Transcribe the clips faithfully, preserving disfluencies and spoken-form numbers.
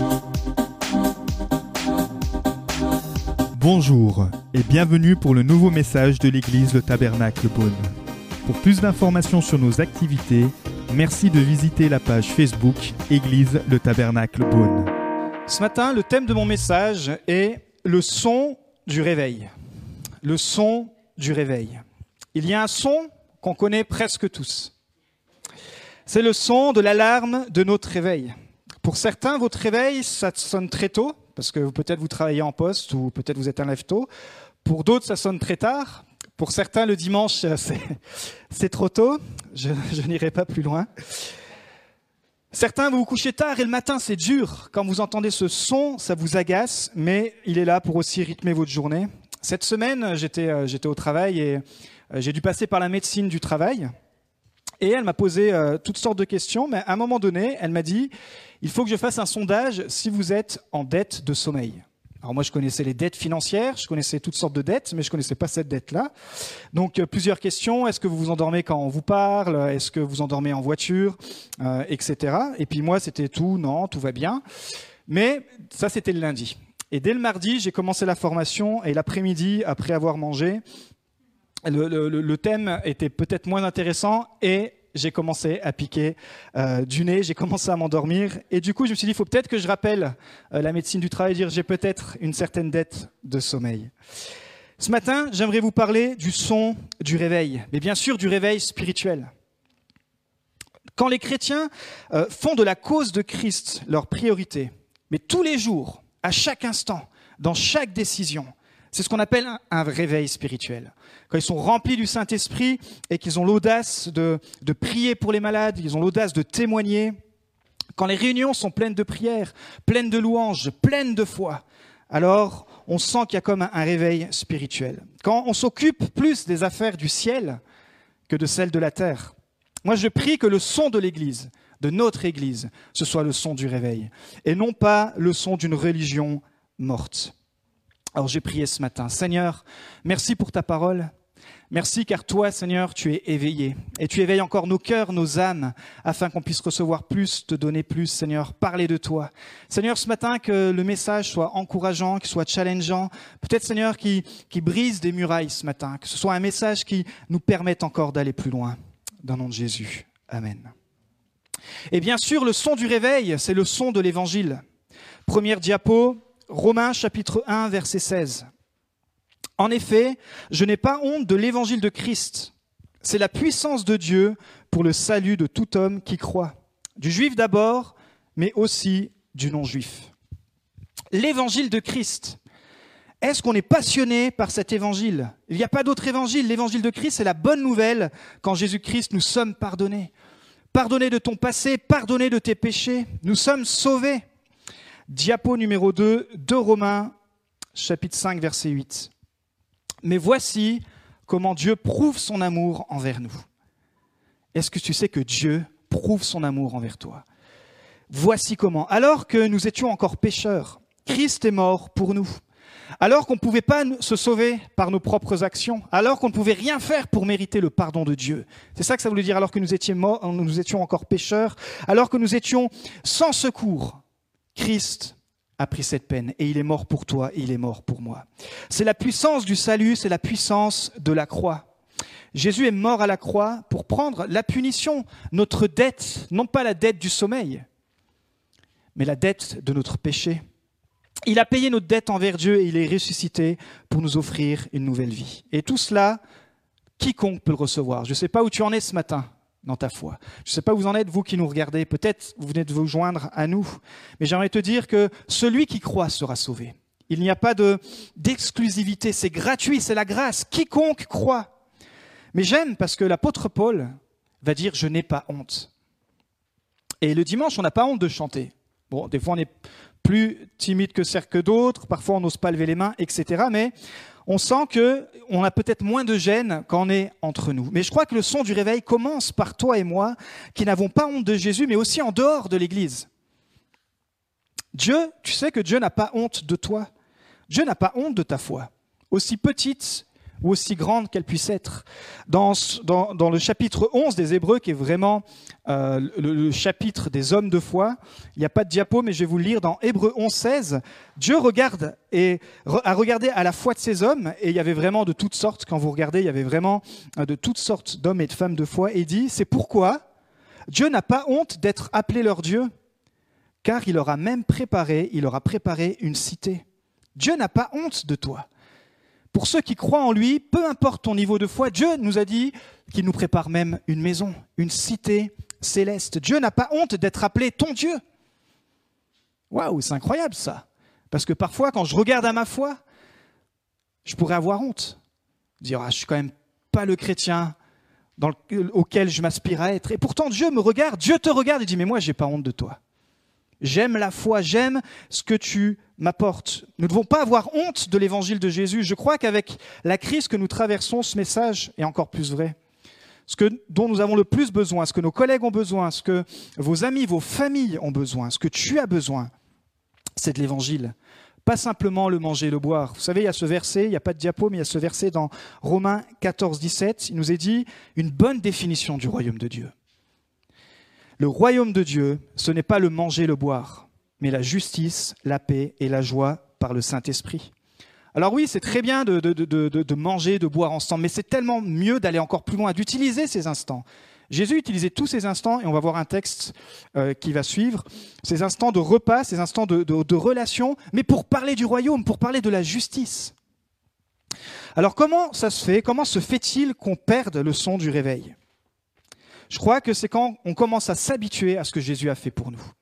Bonjour et bienvenue pour le nouveau message de l'église Le Tabernacle Beaune. Pour plus d'informations sur nos activités, merci de visiter la page Facebook Église Le Tabernacle Beaune. Ce matin, le thème de mon message est le son du réveil. Le son du réveil. Il y a un son qu'on connaît presque tous. C'est le son de l'alarme de notre réveil. Pour certains, votre réveil, ça sonne très tôt, parce que peut-être vous travaillez en poste ou peut-être vous êtes un lève-tôt. Pour d'autres, ça sonne très tard. Pour certains, le dimanche, c'est, c'est trop tôt. Je, je n'irai pas plus loin. Certains, vous vous couchez tard et le matin, c'est dur. Quand vous entendez ce son, ça vous agace, mais il est là pour aussi rythmer votre journée. Cette semaine, j'étais, j'étais au travail et j'ai dû passer par la médecine du travail. Et elle m'a posé euh, toutes sortes de questions, mais à un moment donné, elle m'a dit « Il faut que je fasse un sondage si vous êtes en dette de sommeil ». Alors moi, je connaissais les dettes financières, je connaissais toutes sortes de dettes, mais je ne connaissais pas cette dette-là. Donc, euh, plusieurs questions. Est-ce que vous vous endormez quand on vous parle ? Est-ce que vous endormez en voiture euh, et cetera. Et puis moi, c'était tout, non, tout va bien. Mais ça, c'était le lundi. Et dès le mardi, j'ai commencé la formation et l'après-midi, après avoir mangé, Le, le, le thème était peut-être moins intéressant et j'ai commencé à piquer euh, du nez, j'ai commencé à m'endormir. Et du coup, je me suis dit, il faut peut-être que je rappelle euh, la médecine du travail, dire j'ai peut-être une certaine dette de sommeil. Ce matin, j'aimerais vous parler du son du réveil, mais bien sûr du réveil spirituel. Quand les chrétiens euh, font de la cause de Christ leur priorité, mais tous les jours, à chaque instant, dans chaque décision, c'est ce qu'on appelle un réveil spirituel. Quand ils sont remplis du Saint-Esprit et qu'ils ont l'audace de, de prier pour les malades, ils ont l'audace de témoigner, quand les réunions sont pleines de prières, pleines de louanges, pleines de foi, alors on sent qu'il y a comme un, un réveil spirituel. Quand on s'occupe plus des affaires du ciel que de celles de la terre. Moi, je prie que le son de l'Église, de notre Église, ce soit le son du réveil et non pas le son d'une religion morte. Alors j'ai prié ce matin. Seigneur, merci pour ta parole. Merci car toi, Seigneur, tu es éveillé. Et tu éveilles encore nos cœurs, nos âmes, afin qu'on puisse recevoir plus, te donner plus, Seigneur, parler de toi. Seigneur, ce matin, que le message soit encourageant, qu'il soit challengeant. Peut-être, Seigneur, qui, qui brise des murailles ce matin. Que ce soit un message qui nous permette encore d'aller plus loin. Dans le nom de Jésus. Amen. Et bien sûr, le son du réveil, c'est le son de l'évangile. Première diapo. Romains chapitre un, verset seize. En effet, je n'ai pas honte de l'évangile de Christ. C'est la puissance de Dieu pour le salut de tout homme qui croit. Du juif d'abord, mais aussi du non-juif. L'évangile de Christ. Est-ce qu'on est passionné par cet évangile ? Il n'y a pas d'autre évangile. L'évangile de Christ, c'est la bonne nouvelle qu'en Jésus-Christ, nous sommes pardonnés. Pardonnés de ton passé, pardonnés de tes péchés. Nous sommes sauvés. Diapo numéro deux de Romains, chapitre cinq, verset huit. Mais voici comment Dieu prouve son amour envers nous. Est-ce que tu sais que Dieu prouve son amour envers toi ? Voici comment. Alors que nous étions encore pécheurs, Christ est mort pour nous. Alors qu'on ne pouvait pas se sauver par nos propres actions, alors qu'on ne pouvait rien faire pour mériter le pardon de Dieu. C'est ça que ça voulait dire, alors que nous étions morts, nous étions encore pécheurs, alors que nous étions sans secours. Christ a pris cette peine et il est mort pour toi et il est mort pour moi. C'est la puissance du salut, c'est la puissance de la croix. Jésus est mort à la croix pour prendre la punition, notre dette, non pas la dette du sommeil, mais la dette de notre péché. Il a payé notre dette envers Dieu et il est ressuscité pour nous offrir une nouvelle vie. Et tout cela, quiconque peut le recevoir. Je ne sais pas où tu en es ce matin dans ta foi. Je ne sais pas où vous en êtes, vous qui nous regardez. Peut-être vous venez de vous joindre à nous. Mais j'aimerais te dire que celui qui croit sera sauvé. Il n'y a pas de, d'exclusivité. C'est gratuit, c'est la grâce. Quiconque croit. Mais j'aime parce que l'apôtre Paul va dire « je n'ai pas honte ». Et le dimanche, on n'a pas honte de chanter. Bon, des fois, on est plus timide que certes que d'autres. Parfois, on n'ose pas lever les mains, et cetera. Mais on sent qu'on a peut-être moins de gêne quand on est entre nous. Mais je crois que le son du réveil commence par toi et moi, qui n'avons pas honte de Jésus, mais aussi en dehors de l'Église. Dieu, tu sais que Dieu n'a pas honte de toi. Dieu n'a pas honte de ta foi. Aussi petite ou aussi grande qu'elle puisse être. Dans, dans, dans le chapitre onze des Hébreux, qui est vraiment euh, le, le chapitre des hommes de foi, il n'y a pas de diapo, mais je vais vous le lire. Dans Hébreux onze, seize, Dieu regarde et a regardé à la foi de ces hommes, et il y avait vraiment de toutes sortes, quand vous regardez, il y avait vraiment de toutes sortes d'hommes et de femmes de foi, et il dit, c'est pourquoi Dieu n'a pas honte d'être appelé leur Dieu, car il leur a même préparé, il leur a préparé une cité. Dieu n'a pas honte de toi. Pour ceux qui croient en lui, peu importe ton niveau de foi, Dieu nous a dit qu'il nous prépare même une maison, une cité céleste. Dieu n'a pas honte d'être appelé ton Dieu. Waouh, c'est incroyable ça. Parce que parfois, quand je regarde à ma foi, je pourrais avoir honte. Dire, ah, je suis quand même pas le chrétien dans le, auquel je m'aspire à être. Et pourtant, Dieu me regarde, Dieu te regarde et dit, mais moi, j'ai pas honte de toi. J'aime la foi, j'aime ce que tu m'apportes. Nous ne devons pas avoir honte de l'évangile de Jésus. Je crois qu'avec la crise que nous traversons, ce message est encore plus vrai. Ce que, dont nous avons le plus besoin, ce que nos collègues ont besoin, ce que vos amis, vos familles ont besoin, ce que tu as besoin, c'est de l'évangile. Pas simplement le manger et le boire. Vous savez, il y a ce verset, il n'y a pas de diapo, mais il y a ce verset dans Romains quatorze, dix-sept. Il nous est dit une bonne définition du royaume de Dieu. Le royaume de Dieu, ce n'est pas le manger et le boire, mais la justice, la paix et la joie par le Saint-Esprit. Alors oui, c'est très bien de, de, de, de, de manger, de boire ensemble, mais c'est tellement mieux d'aller encore plus loin, d'utiliser ces instants. Jésus utilisait tous ces instants, et on va voir un texte euh, qui va suivre, ces instants de repas, ces instants de, de, de relation, mais pour parler du royaume, pour parler de la justice. Alors comment ça se fait? Comment se fait-il qu'on perde le son du réveil? Je crois que c'est quand on commence à s'habituer à ce que Jésus a fait pour nous.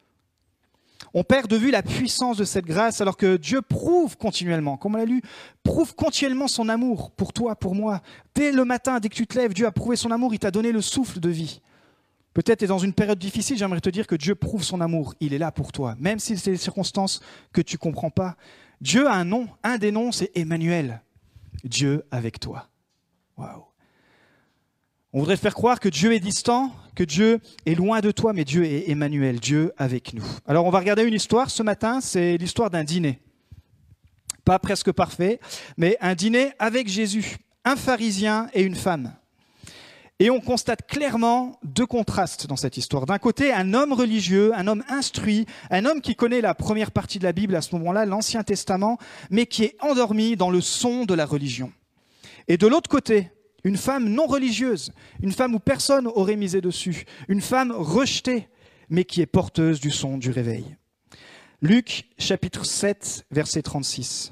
On perd de vue la puissance de cette grâce alors que Dieu prouve continuellement, comme on l'a lu, prouve continuellement son amour pour toi, pour moi. Dès le matin, dès que tu te lèves, Dieu a prouvé son amour, il t'a donné le souffle de vie. Peut-être tu es dans une période difficile, j'aimerais te dire que Dieu prouve son amour, il est là pour toi, même si c'est des circonstances que tu ne comprends pas. Dieu a un nom, un des noms, c'est Emmanuel, Dieu avec toi. Waouh! On voudrait faire croire que Dieu est distant, que Dieu est loin de toi, mais Dieu est Emmanuel, Dieu avec nous. Alors on va regarder une histoire ce matin, c'est l'histoire d'un dîner. Pas presque parfait, mais un dîner avec Jésus, un pharisien et une femme. Et on constate clairement deux contrastes dans cette histoire. D'un côté, un homme religieux, un homme instruit, un homme qui connaît la première partie de la Bible à ce moment-là, l'Ancien Testament, mais qui est endormi dans le son de la religion. Et de l'autre côté, une femme non religieuse, une femme où personne aurait misé dessus, une femme rejetée, mais qui est porteuse du son du réveil. Luc, chapitre sept, verset trente-six.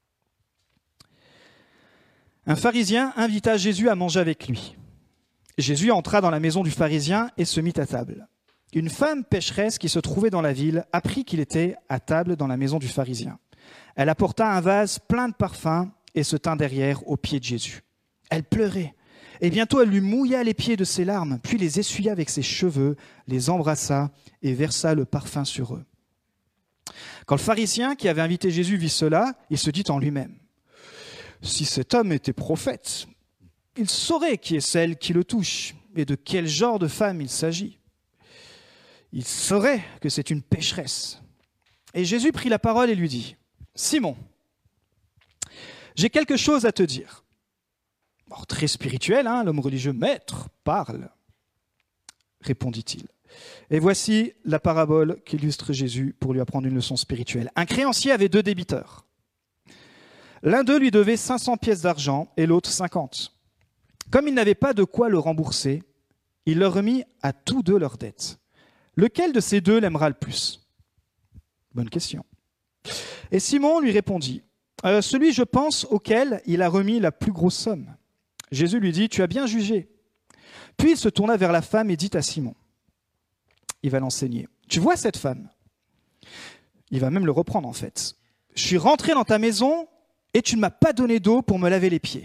Un pharisien invita Jésus à manger avec lui. Jésus entra dans la maison du pharisien et se mit à table. Une femme pécheresse qui se trouvait dans la ville apprit qu'il était à table dans la maison du pharisien. Elle apporta un vase plein de parfums et se tint derrière aux pieds de Jésus. Elle pleurait, et bientôt elle lui mouilla les pieds de ses larmes, puis les essuya avec ses cheveux, les embrassa et versa le parfum sur eux. Quand le pharisien qui avait invité Jésus vit cela, il se dit en lui-même, « Si cet homme était prophète, il saurait qui est celle qui le touche et de quel genre de femme il s'agit. Il saurait que c'est une pécheresse. » Et Jésus prit la parole et lui dit, « Simon, j'ai quelque chose à te dire. » Alors, très spirituel, hein, l'homme religieux, « Maître, parle !» répondit-il. Et voici la parabole qu'illustre Jésus pour lui apprendre une leçon spirituelle. Un créancier avait deux débiteurs. L'un d'eux lui devait cinq cents pièces d'argent et l'autre cinquante. Comme il n'avait pas de quoi le rembourser, il leur remit à tous deux leurs dettes. Lequel de ces deux l'aimera le plus? Bonne question. Et Simon lui répondit, euh, « Celui, je pense, auquel il a remis la plus grosse somme. » Jésus lui dit, « Tu as bien jugé. » Puis il se tourna vers la femme et dit à Simon, il va l'enseigner, « Tu vois cette femme ?» Il va même le reprendre en fait. « Je suis rentré dans ta maison et tu ne m'as pas donné d'eau pour me laver les pieds. »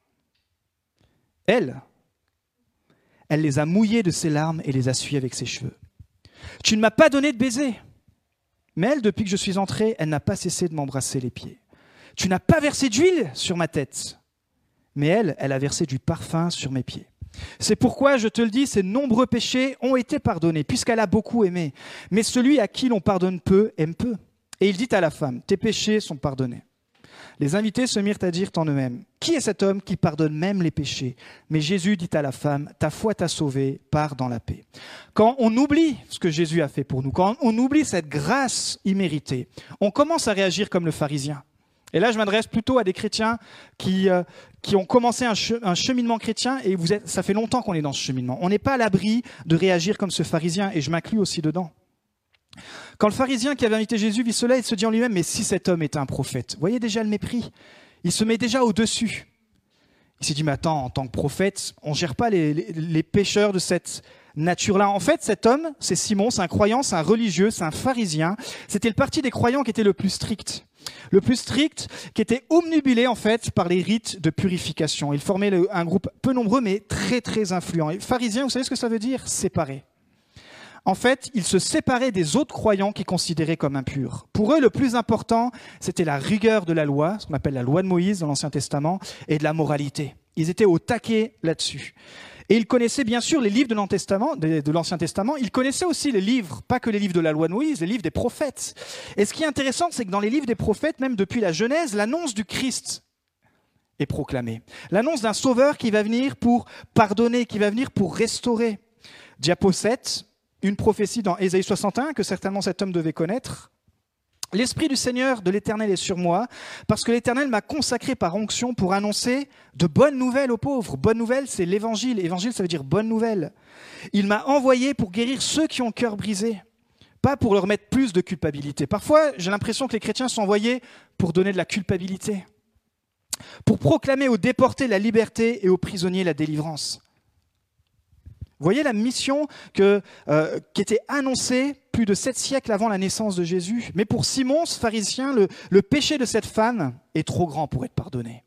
Elle, elle les a mouillés de ses larmes et les a essuyés avec ses cheveux. « Tu ne m'as pas donné de baiser. » Mais elle, depuis que je suis entré, elle n'a pas cessé de m'embrasser les pieds. « Tu n'as pas versé d'huile sur ma tête. » Mais elle, elle a versé du parfum sur mes pieds. C'est pourquoi, je te le dis, ses nombreux péchés ont été pardonnés, puisqu'elle a beaucoup aimé. Mais celui à qui l'on pardonne peu, aime peu. Et il dit à la femme, tes péchés sont pardonnés. Les invités se mirent à dire en eux-mêmes, « Qui est cet homme qui pardonne même les péchés ?» Mais Jésus dit à la femme, « Ta foi t'a sauvée, pars dans la paix. » Quand on oublie ce que Jésus a fait pour nous, quand on oublie cette grâce imméritée, on commence à réagir comme le pharisien. Et là, je m'adresse plutôt à des chrétiens qui, euh, qui ont commencé un, che- un cheminement chrétien et vous êtes, ça fait longtemps qu'on est dans ce cheminement. On n'est pas à l'abri de réagir comme ce pharisien et je m'inclus aussi dedans. Quand le pharisien qui avait invité Jésus vit cela, il se dit en lui-même, mais si cet homme était un prophète, vous voyez déjà le mépris, il se met déjà au-dessus. Il s'est dit, mais attends, en tant que prophète, on ne gère pas les, les, les pécheurs de cette nature-là. En fait, cet homme, c'est Simon, c'est un croyant, c'est un religieux, c'est un pharisien. C'était le parti des croyants qui était le plus strict. Le plus strict, qui était omnubilé en fait par les rites de purification. Il formait le, un groupe peu nombreux, mais très très influent. Et pharisien, vous savez ce que ça veut dire ? Séparé. En fait, ils se séparaient des autres croyants qu'ils considéraient comme impurs. Pour eux, le plus important, c'était la rigueur de la loi, ce qu'on appelle la loi de Moïse dans l'Ancien Testament, et de la moralité. Ils étaient au taquet là-dessus. Et ils connaissaient bien sûr les livres de l'Ancien Testament, de, de l'Ancien Testament. Ils connaissaient aussi les livres, pas que les livres de la loi de Moïse, les livres des prophètes. Et ce qui est intéressant, c'est que dans les livres des prophètes, même depuis la Genèse, l'annonce du Christ est proclamée. L'annonce d'un sauveur qui va venir pour pardonner, qui va venir pour restaurer. Diapo sept, une prophétie dans Ésaïe soixante et un que certainement cet homme devait connaître. « L'Esprit du Seigneur de l'Éternel est sur moi, parce que l'Éternel m'a consacré par onction pour annoncer de bonnes nouvelles aux pauvres. » Bonne nouvelle, c'est l'évangile. Évangile, ça veut dire bonne nouvelle. Il m'a envoyé pour guérir ceux qui ont le cœur brisé, pas pour leur mettre plus de culpabilité. Parfois, j'ai l'impression que les chrétiens sont envoyés pour donner de la culpabilité, pour proclamer aux déportés la liberté et aux prisonniers la délivrance. Vous voyez la mission que, euh, qui était annoncée plus de sept siècles avant la naissance de Jésus. Mais pour Simon, ce pharisien, le, le péché de cette femme est trop grand pour être pardonné.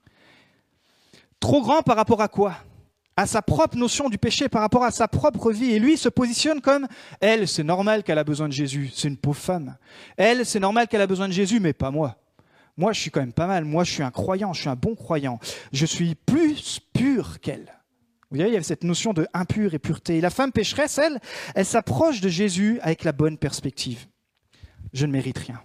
Trop grand par rapport à quoi ? À sa propre notion du péché, par rapport à sa propre vie. Et lui, il se positionne comme, elle, c'est normal qu'elle a besoin de Jésus, c'est une pauvre femme. Elle, c'est normal qu'elle a besoin de Jésus, mais pas moi. Moi, je suis quand même pas mal. Moi, je suis un croyant, je suis un bon croyant. Je suis plus pur qu'elle. Vous voyez, il y avait cette notion de impur et pureté. Et la femme pécheresse, elle, elle s'approche de Jésus avec la bonne perspective. Je ne mérite rien.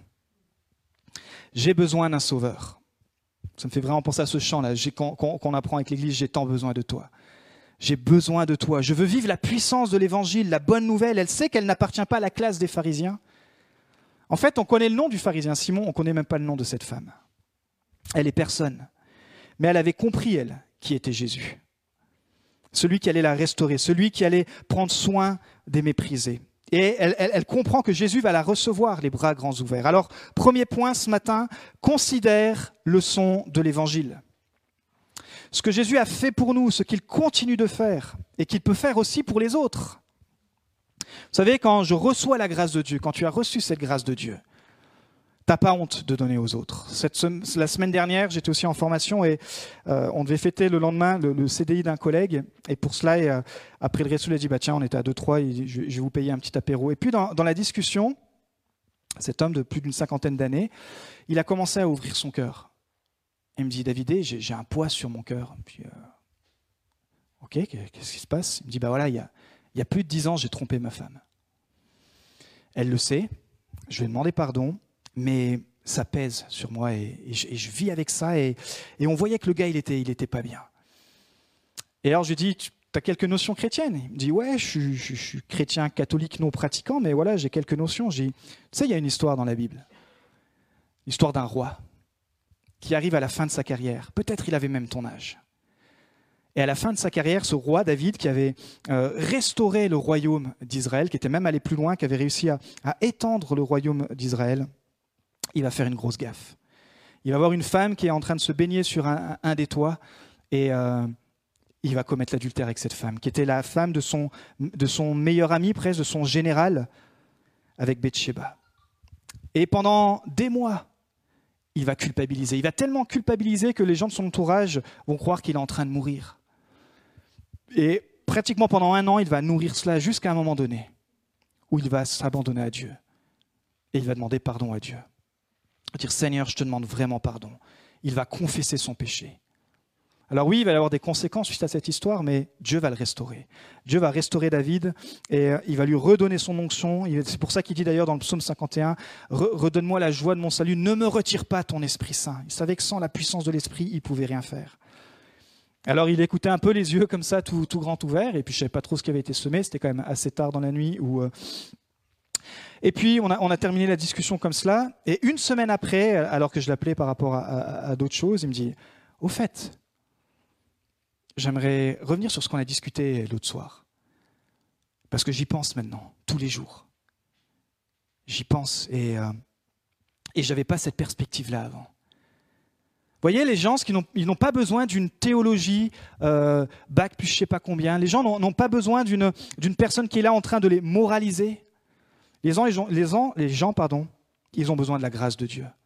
J'ai besoin d'un sauveur. Ça me fait vraiment penser à ce chant-là qu'on, qu'on, qu'on apprend avec l'Église. J'ai tant besoin de toi. J'ai besoin de toi. Je veux vivre la puissance de l'Évangile, la bonne nouvelle. Elle sait qu'elle n'appartient pas à la classe des pharisiens. En fait, on connaît le nom du pharisien Simon, on ne connaît même pas le nom de cette femme. Elle est personne. Mais elle avait compris, elle, qui était Jésus. Celui qui allait la restaurer, celui qui allait prendre soin des méprisés. Et elle, elle, elle comprend que Jésus va la recevoir, les bras grands ouverts. Alors, premier point ce matin, considère le son de l'Évangile. Ce que Jésus a fait pour nous, ce qu'il continue de faire, et qu'il peut faire aussi pour les autres. Vous savez, quand je reçois la grâce de Dieu, quand tu as reçu cette grâce de Dieu, t'as pas honte de donner aux autres. Cette, la semaine dernière, j'étais aussi en formation et euh, on devait fêter le lendemain le, le C D I d'un collègue. Et pour cela, et, euh, après le Ressoul a dit, bah, tiens, on était à deux trois, je, je vais vous payer un petit apéro. Et puis dans, dans la discussion, cet homme de plus d'une cinquantaine d'années, il a commencé à ouvrir son cœur. Il me dit, David, j'ai, j'ai un poids sur mon cœur. Puis, euh, ok, qu'est-ce qui se passe ? Il me dit, bah voilà, il y a, il y a plus de dix ans, j'ai trompé ma femme. Elle le sait, je lui ai demandé pardon. Mais ça pèse sur moi et, et, je, et je vis avec ça. Et, et on voyait que le gars, il était, il était pas bien. Et alors, je lui dis, tu as quelques notions chrétiennes ? Il me dit, ouais, je suis, je, je suis chrétien catholique non pratiquant, mais voilà, j'ai quelques notions. Je dis, tu sais, il y a une histoire dans la Bible. L'histoire d'un roi qui arrive à la fin de sa carrière. Peut-être il avait même ton âge. Et à la fin de sa carrière, ce roi, David, qui avait euh, restauré le royaume d'Israël, qui était même allé plus loin, qui avait réussi à, à étendre le royaume d'Israël, il va faire une grosse gaffe. Il va voir une femme qui est en train de se baigner sur un, un des toits et euh, il va commettre l'adultère avec cette femme, qui était la femme de son, de son meilleur ami, presque de son général, avec Bathsheba. Et pendant des mois, il va culpabiliser. Il va tellement culpabiliser que les gens de son entourage vont croire qu'il est en train de mourir. Et pratiquement pendant un an, il va nourrir cela jusqu'à un moment donné où il va s'abandonner à Dieu. Et il va demander pardon à Dieu. Il va dire, Seigneur, je te demande vraiment pardon. Il va confesser son péché. Alors oui, il va y avoir des conséquences suite à cette histoire, mais Dieu va le restaurer. Dieu va restaurer David et il va lui redonner son onction. C'est pour ça qu'il dit d'ailleurs dans le psaume cinquante et un, « Redonne-moi la joie de mon salut, ne me retire pas ton Esprit Saint. » Il savait que sans la puissance de l'Esprit, il ne pouvait rien faire. Alors il écoutait un peu les yeux comme ça, tout, tout grand ouvert, et puis je ne savais pas trop ce qui avait été semé, c'était quand même assez tard dans la nuit. Où, euh... Et puis on a, on a terminé la discussion comme cela, et une semaine après, alors que je l'appelais par rapport à, à, à d'autres choses, il me dit « Au fait, j'aimerais revenir sur ce qu'on a discuté l'autre soir, parce que j'y pense maintenant, tous les jours. J'y pense, et, euh, et je n'avais pas cette perspective-là avant. » Vous voyez, les gens, ils n'ont, ils n'ont pas besoin d'une théologie, euh, bac plus je ne sais pas combien. Les gens n'ont, n'ont pas besoin d'une, d'une personne qui est là en train de les moraliser. Les gens, les gens, les gens, les gens pardon, ils ont besoin de la grâce de Dieu.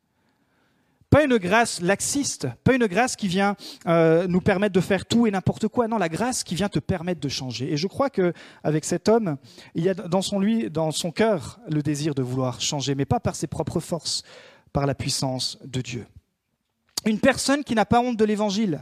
Pas une grâce laxiste, pas une grâce qui vient euh, nous permettre de faire tout et n'importe quoi. Non, la grâce qui vient te permettre de changer. Et je crois qu'avec cet homme, il y a dans son, lui, dans son cœur le désir de vouloir changer, mais pas par ses propres forces, par la puissance de Dieu. Une personne qui n'a pas honte de l'évangile.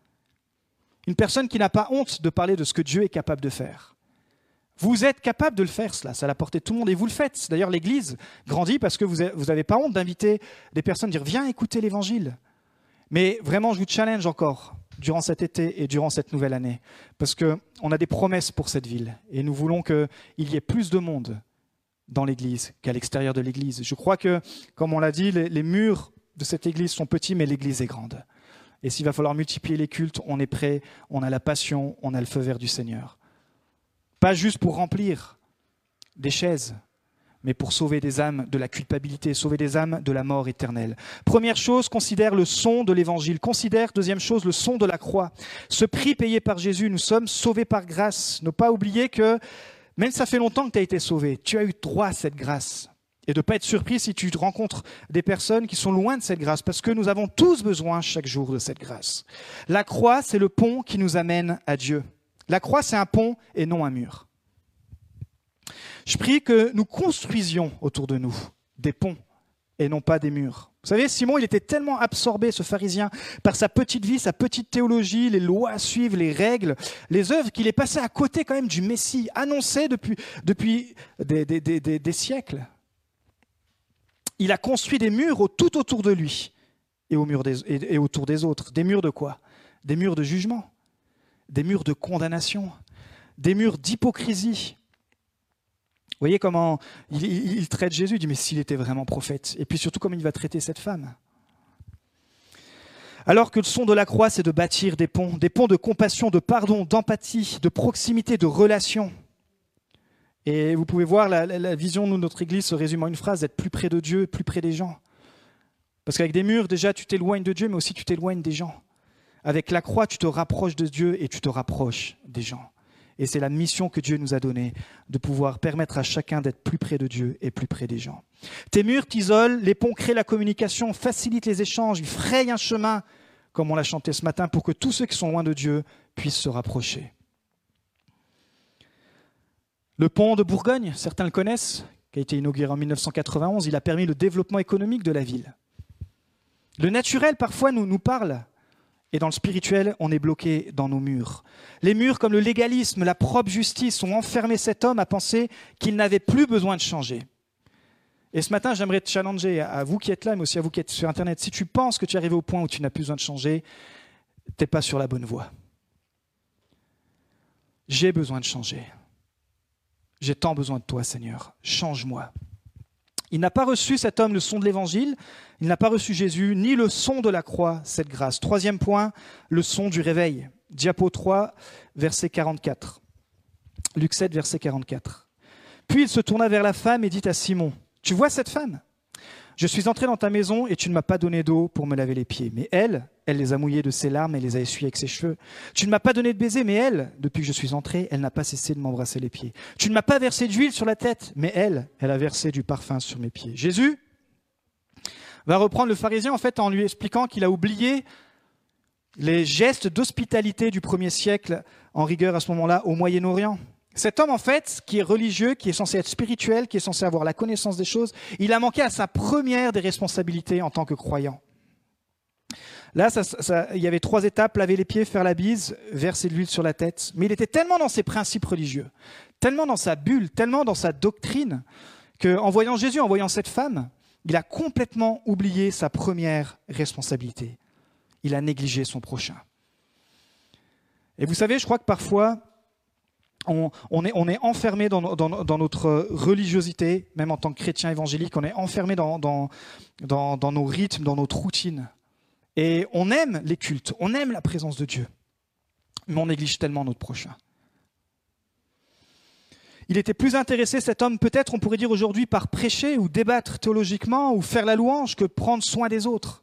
Une personne qui n'a pas honte de parler de ce que Dieu est capable de faire. Vous êtes capable de le faire, cela, ça à la portée de tout le monde et vous le faites. D'ailleurs, l'Église grandit parce que vous n'avez pas honte d'inviter des personnes, dire « Viens écouter l'évangile ». Mais vraiment, je vous challenge encore durant cet été et durant cette nouvelle année parce qu'on a des promesses pour cette ville et nous voulons qu'il y ait plus de monde dans l'Église qu'à l'extérieur de l'Église. Je crois que, comme on l'a dit, les, les murs de cette église sont petits, mais l'église est grande. Et s'il va falloir multiplier les cultes, on est prêt, on a la passion, on a le feu vert du Seigneur. Pas juste pour remplir des chaises, mais pour sauver des âmes de la culpabilité, sauver des âmes de la mort éternelle. Première chose, considère le son de l'évangile. Considère, deuxième chose, le son de la croix. Ce prix payé par Jésus, nous sommes sauvés par grâce. Ne pas oublier que, même si ça fait longtemps que tu as été sauvé, tu as eu droit à cette grâce. Et de ne pas être surpris si tu rencontres des personnes qui sont loin de cette grâce, parce que nous avons tous besoin chaque jour de cette grâce. La croix, c'est le pont qui nous amène à Dieu. La croix, c'est un pont et non un mur. Je prie que nous construisions autour de nous des ponts et non pas des murs. Vous savez, Simon, il était tellement absorbé, ce pharisien, par sa petite vie, sa petite théologie, les lois à suivre, les règles, les œuvres, qu'il est passé à côté quand même du Messie, annoncé depuis, depuis des, des, des, des, des siècles. Il a construit des murs tout autour de lui et, au mur des, et, et autour des autres. Des murs de quoi ? Des murs de jugement, des murs de condamnation, des murs d'hypocrisie. Vous voyez comment il, il, il traite Jésus, il dit mais s'il était vraiment prophète. Et puis surtout comment il va traiter cette femme. Alors que le son de la croix, c'est de bâtir des ponts, des ponts de compassion, de pardon, d'empathie, de proximité, de relation. Et vous pouvez voir, la, la, la vision de notre Église se résume en une phrase, d'être plus près de Dieu, plus près des gens. Parce qu'avec des murs, déjà, tu t'éloignes de Dieu, mais aussi tu t'éloignes des gens. Avec la croix, tu te rapproches de Dieu et tu te rapproches des gens. Et c'est la mission que Dieu nous a donnée, de pouvoir permettre à chacun d'être plus près de Dieu et plus près des gens. Tes murs t'isolent, les ponts créent la communication, facilitent les échanges, ils frayent un chemin, comme on l'a chanté ce matin, pour que tous ceux qui sont loin de Dieu puissent se rapprocher. Le pont de Bourgogne, certains le connaissent, qui a été inauguré en mille neuf cent quatre-vingt-onze, il a permis le développement économique de la ville. Le naturel, parfois, nous, nous parle, et dans le spirituel, on est bloqué dans nos murs. Les murs comme le légalisme, la propre justice ont enfermé cet homme à penser qu'il n'avait plus besoin de changer. Et ce matin, j'aimerais te challenger, à vous qui êtes là, mais aussi à vous qui êtes sur Internet, si tu penses que tu es arrivé au point où tu n'as plus besoin de changer, tu n'es pas sur la bonne voie. J'ai besoin de changer. J'ai tant besoin de toi, Seigneur. Change-moi. Il n'a pas reçu, cet homme, le son de l'évangile. Il n'a pas reçu Jésus, ni le son de la croix, cette grâce. Troisième point, le son du réveil. Diapo trois, verset quarante-quatre. Luc sept, verset quarante-quatre. Puis il se tourna vers la femme et dit à Simon, « Tu vois cette femme ? Je suis entré dans ta maison et tu ne m'as pas donné d'eau pour me laver les pieds. Mais elle, elle les a mouillés de ses larmes et les a essuyés avec ses cheveux. Tu ne m'as pas donné de baiser, mais elle, depuis que je suis entré, elle n'a pas cessé de m'embrasser les pieds. Tu ne m'as pas versé d'huile sur la tête, mais elle, elle a versé du parfum sur mes pieds. » Jésus va reprendre le pharisien en fait en lui expliquant qu'il a oublié les gestes d'hospitalité du premier siècle en rigueur à ce moment-là au Moyen-Orient. Cet homme, en fait, qui est religieux, qui est censé être spirituel, qui est censé avoir la connaissance des choses, il a manqué à sa première des responsabilités en tant que croyant. Là, ça, ça, il y avait trois étapes, laver les pieds, faire la bise, verser de l'huile sur la tête. Mais il était tellement dans ses principes religieux, tellement dans sa bulle, tellement dans sa doctrine, qu'en voyant Jésus, en voyant cette femme, il a complètement oublié sa première responsabilité. Il a négligé son prochain. Et vous savez, je crois que parfois, on, on, est, on est enfermé dans, dans, dans notre religiosité, même en tant que chrétien évangélique, on est enfermé dans, dans, dans, dans nos rythmes, dans notre routine. Et on aime les cultes, on aime la présence de Dieu, mais on néglige tellement notre prochain. Il était plus intéressé, cet homme, peut-être on pourrait dire aujourd'hui, par prêcher ou débattre théologiquement ou faire la louange que prendre soin des autres.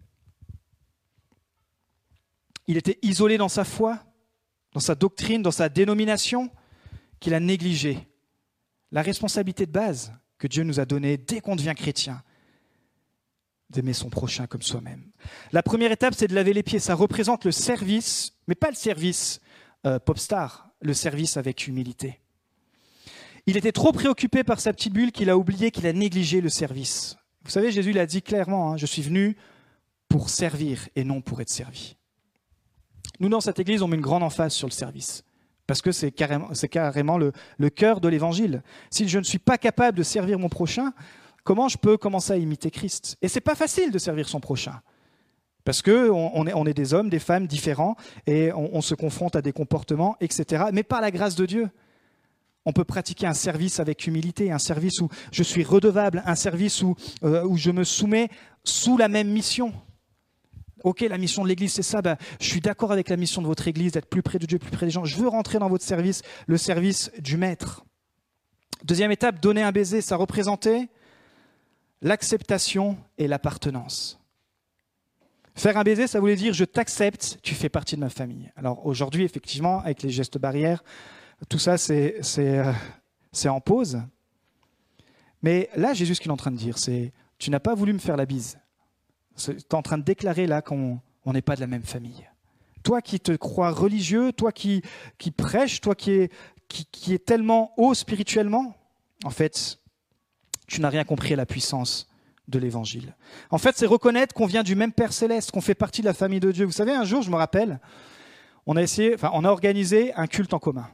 Il était isolé dans sa foi, dans sa doctrine, dans sa dénomination, qu'il a négligé la responsabilité de base que Dieu nous a donnée dès qu'on devient chrétien, d'aimer son prochain comme soi-même. La première étape, c'est de laver les pieds. Ça représente le service, mais pas le service euh, popstar, le service avec humilité. Il était trop préoccupé par sa petite bulle qu'il a oublié, qu'il a négligé le service. Vous savez, Jésus l'a dit clairement, hein, je suis venu pour servir et non pour être servi. Nous, dans cette église, on met une grande emphase sur le service, parce que c'est carrément, c'est carrément le, le cœur de l'évangile. Si je ne suis pas capable de servir mon prochain, comment je peux commencer à imiter Christ ? Et c'est pas facile de servir son prochain, parce qu'on on est, on est des hommes, des femmes différents, et on, on se confronte à des comportements, et cetera. Mais par la grâce de Dieu, on peut pratiquer un service avec humilité, un service où je suis redevable, un service où, euh, où je me soumets sous la même mission. Ok, la mission de l'église, c'est ça, ben, je suis d'accord avec la mission de votre église, d'être plus près de Dieu, plus près des gens. Je veux rentrer dans votre service, le service du maître. Deuxième étape, donner un baiser, ça représentait l'acceptation et l'appartenance. Faire un baiser, ça voulait dire je t'accepte, tu fais partie de ma famille. Alors aujourd'hui, effectivement, avec les gestes barrières, tout ça, c'est, c'est, euh, c'est en pause. Mais là, Jésus, ce qu'il est en train de dire, c'est « Tu n'as pas voulu me faire la bise. » Tu es en train de déclarer là qu'on n'est pas de la même famille. Toi qui te crois religieux, toi qui, qui prêches, toi qui es, qui, qui est tellement haut spirituellement, en fait, tu n'as rien compris à la puissance de l'évangile. En fait, c'est reconnaître qu'on vient du même Père Céleste, qu'on fait partie de la famille de Dieu. Vous savez, un jour, je me rappelle, on a essayé, enfin, on a organisé un culte en commun.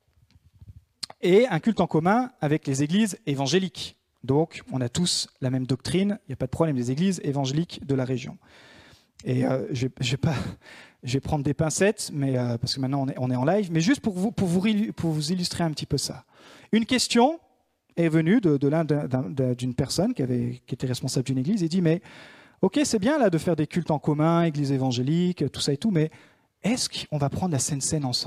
Et un culte en commun avec les églises évangéliques. Donc, on a tous la même doctrine, il n'y a pas de problème, des églises évangéliques de la région. Et euh, je, je, vais pas, je vais prendre des pincettes, mais, euh, parce que maintenant on est, on est en live, mais juste pour vous, pour, vous, pour vous illustrer un petit peu ça. Une question est venue de, de l'un d'un, d'un, d'une personne qui, avait, qui était responsable d'une église, et dit, mais ok, c'est bien là de faire des cultes en commun, église évangélique, tout ça et tout, mais est-ce qu'on va prendre la Sainte Seine ensemble ?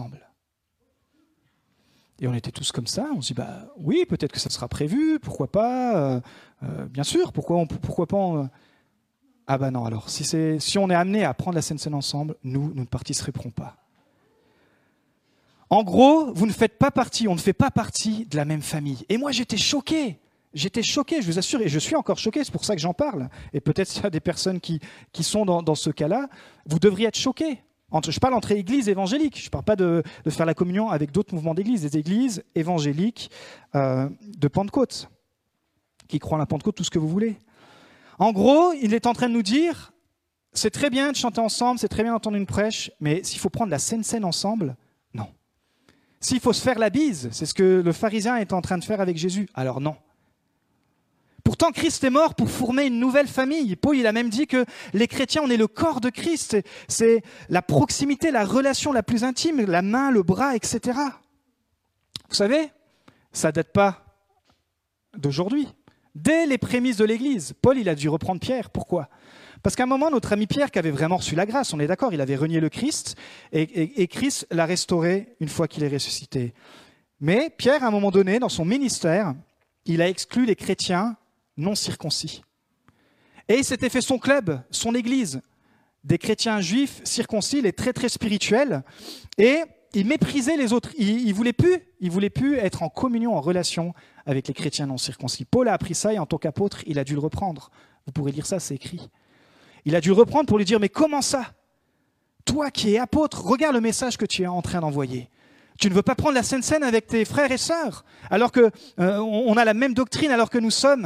Et on était tous comme ça, on se dit, bah oui, peut-être que ça sera prévu, pourquoi pas, euh, euh, bien sûr, pourquoi, on, pourquoi pas on... Ah bah non, alors, si, c'est, si on est amené à prendre la Sainte Seine ensemble, nous, nous ne participerons pas. En gros, vous ne faites pas partie, on ne fait pas partie de la même famille. Et moi, j'étais choqué, j'étais choqué, je vous assure, et je suis encore choqué, c'est pour ça que j'en parle. Et peut-être qu'il y a des personnes qui, qui sont dans, dans ce cas-là, vous devriez être choqués. Entre, je parle entre églises évangéliques, je ne parle pas de, de faire la communion avec d'autres mouvements d'église, des églises évangéliques euh, de Pentecôte, qui croient à la Pentecôte, tout ce que vous voulez. En gros, il est en train de nous dire, c'est très bien de chanter ensemble, c'est très bien d'entendre une prêche, mais s'il faut prendre la Sainte Seine ensemble, non. S'il faut se faire la bise, c'est ce que le pharisien est en train de faire avec Jésus, alors non. Pourtant, Christ est mort pour former une nouvelle famille. Paul, il a même dit que les chrétiens, on est le corps de Christ. C'est, c'est la proximité, la relation la plus intime, la main, le bras, et cetera. Vous savez, ça ne date pas d'aujourd'hui. Dès les prémices de l'Église, Paul, il a dû reprendre Pierre. Pourquoi ? Parce qu'à un moment, notre ami Pierre, qui avait vraiment reçu la grâce, on est d'accord, il avait renié le Christ, et, et, et Christ l'a restauré une fois qu'il est ressuscité. Mais Pierre, à un moment donné, dans son ministère, il a exclu les chrétiens non circoncis. Et il s'était fait son club, son église, des chrétiens juifs circoncis, les très très spirituels, et il méprisait les autres. Il ne voulait plus, il voulait plus être en communion, en relation avec les chrétiens non circoncis. Paul a appris ça et en tant qu'apôtre, il a dû le reprendre. Vous pourrez lire ça, c'est écrit. Il a dû le reprendre pour lui dire, mais comment ça ? Toi qui es apôtre, regarde le message que tu es en train d'envoyer. Tu ne veux pas prendre la Sainte Seine avec tes frères et sœurs, alors qu'on euh, a la même doctrine, alors que nous sommes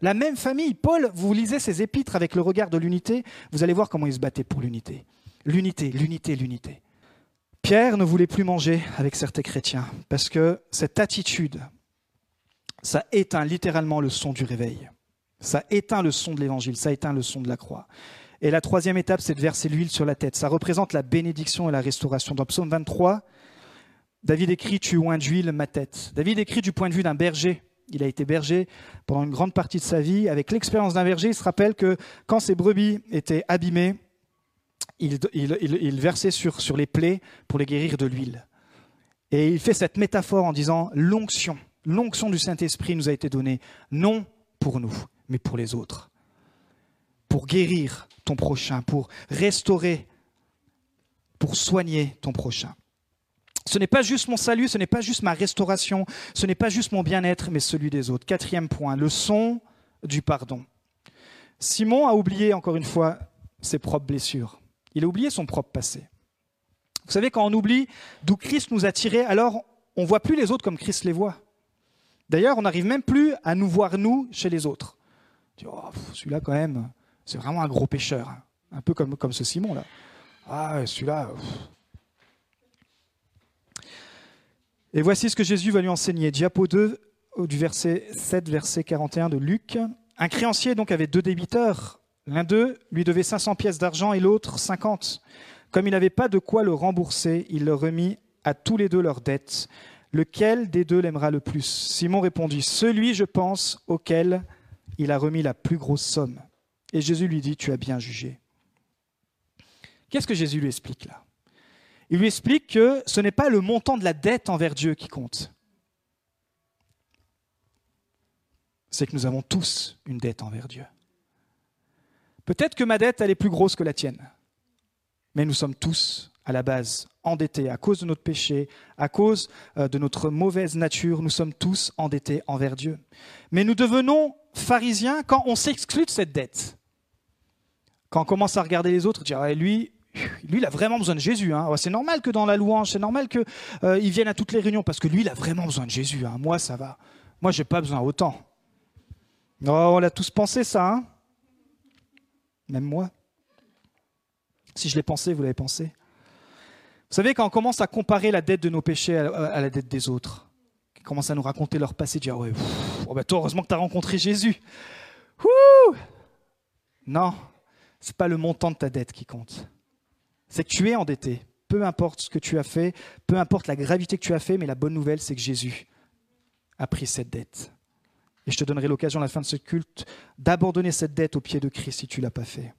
La même famille. Paul, vous lisez ses épîtres avec le regard de l'unité, vous allez voir comment il se battait pour l'unité. L'unité, l'unité, l'unité. Pierre ne voulait plus manger avec certains chrétiens parce que cette attitude, ça éteint littéralement le son du réveil. Ça éteint le son de l'évangile, ça éteint le son de la croix. Et la troisième étape, c'est de verser l'huile sur la tête. Ça représente la bénédiction et la restauration. Dans Psaume vingt-trois, David écrit « Tu oins d'huile ma tête ». David écrit du point de vue d'un berger. Il a été berger pendant une grande partie de sa vie. Avec l'expérience d'un berger, il se rappelle que quand ses brebis étaient abîmées, il, il, il, il versait sur, sur les plaies pour les guérir de l'huile. Et il fait cette métaphore en disant « L'onction, l'onction du Saint-Esprit nous a été donnée, non pour nous, mais pour les autres. Pour guérir ton prochain, pour restaurer, pour soigner ton prochain. » Ce n'est pas juste mon salut, ce n'est pas juste ma restauration, ce n'est pas juste mon bien-être, mais celui des autres. Quatrième point, le son du pardon. Simon a oublié, encore une fois, ses propres blessures. Il a oublié son propre passé. Vous savez, quand on oublie d'où Christ nous a tirés, alors on ne voit plus les autres comme Christ les voit. D'ailleurs, on n'arrive même plus à nous voir nous chez les autres. Tu dis, oh, celui-là quand même, c'est vraiment un gros pécheur. Un peu comme, comme ce Simon-là. Ah, celui-là... Pff. Et voici ce que Jésus va lui enseigner. Diapo deux, du verset sept, verset quarante et un de Luc. Un créancier donc avait deux débiteurs. L'un d'eux lui devait cinq cents pièces d'argent et l'autre cinquante. Comme il n'avait pas de quoi le rembourser, il leur remit à tous les deux leurs dettes. Lequel des deux l'aimera le plus ? Simon répondit, celui, je pense, auquel il a remis la plus grosse somme. Et Jésus lui dit, tu as bien jugé. Qu'est-ce que Jésus lui explique là ? Il lui explique que ce n'est pas le montant de la dette envers Dieu qui compte. C'est que nous avons tous une dette envers Dieu. Peut-être que ma dette, elle est plus grosse que la tienne. Mais nous sommes tous, à la base, endettés à cause de notre péché, à cause de notre mauvaise nature. Nous sommes tous endettés envers Dieu. Mais nous devenons pharisiens quand on s'exclut de cette dette. Quand on commence à regarder les autres, dire ah, lui... Lui, il a vraiment besoin de Jésus. Hein. C'est normal que dans la louange, c'est normal qu'il euh, vienne à toutes les réunions, parce que lui, il a vraiment besoin de Jésus. Hein. Moi, ça va. Moi, je n'ai pas besoin autant. Oh, on l'a tous pensé, ça. Hein. Même moi. Si je l'ai pensé, vous l'avez pensé. Vous savez, quand on commence à comparer la dette de nos péchés à, à la dette des autres, qui commencent à nous raconter leur passé, dire ouais, pff, oh, bah, toi, heureusement que tu as rencontré Jésus. Ouh non, ce n'est pas le montant de ta dette qui compte. C'est que tu es endetté, peu importe ce que tu as fait, peu importe la gravité que tu as fait, mais la bonne nouvelle, c'est que Jésus a pris cette dette. Et je te donnerai l'occasion à la fin de ce culte d'abandonner cette dette au pied de Christ si tu ne l'as pas fait.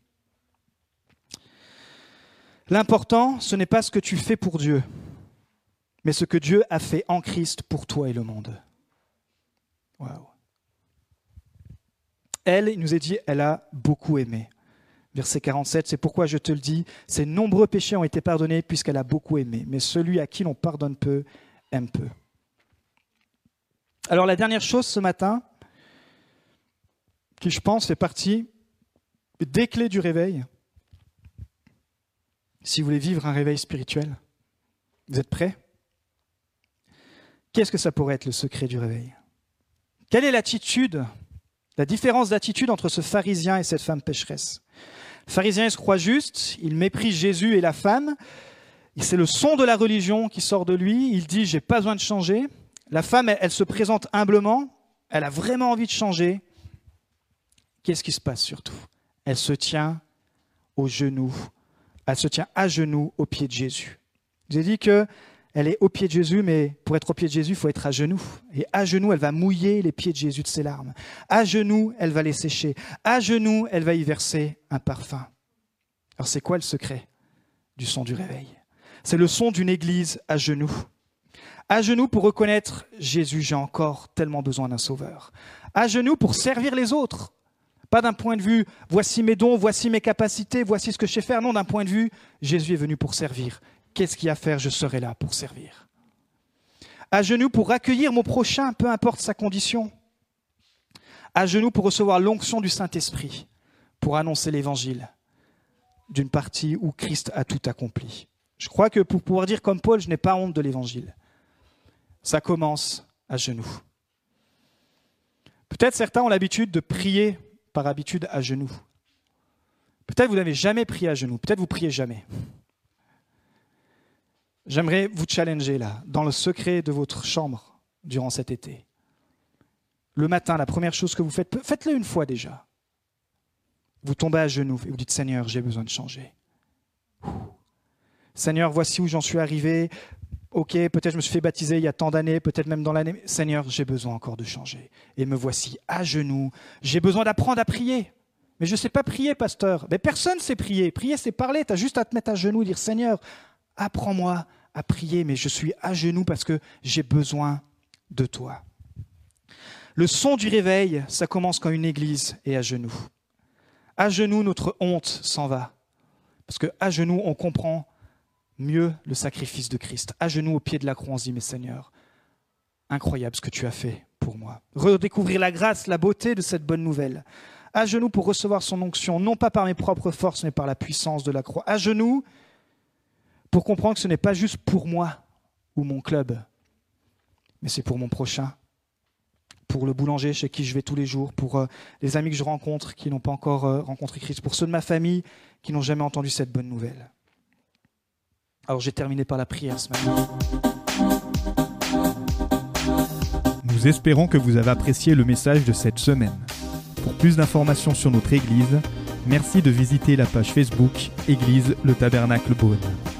L'important, ce n'est pas ce que tu fais pour Dieu, mais ce que Dieu a fait en Christ pour toi et le monde. Waouh. Elle, il nous est dit, elle a beaucoup aimé. Verset quarante-sept, c'est pourquoi je te le dis, ses nombreux péchés ont été pardonnés puisqu'elle a beaucoup aimé. Mais celui à qui l'on pardonne peu, aime peu. Alors la dernière chose ce matin, qui je pense fait partie des clés du réveil, si vous voulez vivre un réveil spirituel, vous êtes prêts ? Qu'est-ce que ça pourrait être le secret du réveil ? Quelle est l'attitude, la différence d'attitude entre ce pharisien et cette femme pécheresse ? Le pharisien, il se croit juste, il méprise Jésus et la femme. C'est le son de la religion qui sort de lui. Il dit, j'ai pas besoin de changer. La femme, elle, elle se présente humblement. Elle a vraiment envie de changer. Qu'est-ce qui se passe surtout ? Elle se tient aux genoux. Elle se tient à genoux au pied de Jésus. Je vous ai dit que elle est au pied de Jésus, mais pour être au pied de Jésus, il faut être à genoux. Et à genoux, elle va mouiller les pieds de Jésus de ses larmes. À genoux, elle va les sécher. À genoux, elle va y verser un parfum. Alors c'est quoi le secret du son du réveil ? C'est le son d'une église à genoux. À genoux pour reconnaître Jésus, j'ai encore tellement besoin d'un sauveur. À genoux pour servir les autres. Pas d'un point de vue, voici mes dons, voici mes capacités, voici ce que je sais faire. Non, d'un point de vue, Jésus est venu pour servir. Qu'est-ce qu'il y a à faire ? Je serai là pour servir. À genoux pour accueillir mon prochain, peu importe sa condition. À genoux pour recevoir l'onction du Saint-Esprit, pour annoncer l'évangile d'une partie où Christ a tout accompli. Je crois que pour pouvoir dire comme Paul, je n'ai pas honte de l'évangile. Ça commence à genoux. Peut-être certains ont l'habitude de prier par habitude à genoux. Peut-être vous n'avez jamais prié à genoux, peut-être vous priez jamais. J'aimerais vous challenger là, dans le secret de votre chambre durant cet été. Le matin, la première chose que vous faites, faites-le une fois déjà. Vous tombez à genoux et vous dites « Seigneur, j'ai besoin de changer. » Seigneur, voici où j'en suis arrivé. Ok, peut-être je me suis fait baptiser il y a tant d'années, peut-être même dans l'année. Seigneur, j'ai besoin encore de changer. Et me voici à genoux. J'ai besoin d'apprendre à prier. Mais je ne sais pas prier, pasteur. Mais personne ne sait prier. Prier, c'est parler. Tu as juste à te mettre à genoux et dire « Seigneur, apprends-moi à prier, mais je suis à genoux parce que j'ai besoin de toi. » Le son du réveil, ça commence quand une église est à genoux. À genoux, notre honte s'en va. Parce qu'à genoux, on comprend mieux le sacrifice de Christ. À genoux, au pied de la croix, on se dit « Mais Seigneur, incroyable ce que tu as fait pour moi. » Redécouvrir la grâce, la beauté de cette bonne nouvelle. À genoux pour recevoir son onction, non pas par mes propres forces, mais par la puissance de la croix. À genoux pour comprendre que ce n'est pas juste pour moi ou mon club, mais c'est pour mon prochain, pour le boulanger chez qui je vais tous les jours, pour euh, les amis que je rencontre qui n'ont pas encore euh, rencontré Christ, pour ceux de ma famille qui n'ont jamais entendu cette bonne nouvelle. Alors j'ai terminé par la prière ce matin. Nous espérons que vous avez apprécié le message de cette semaine. Pour plus d'informations sur notre Église, merci de visiter la page Facebook Église le Tabernacle Beaune.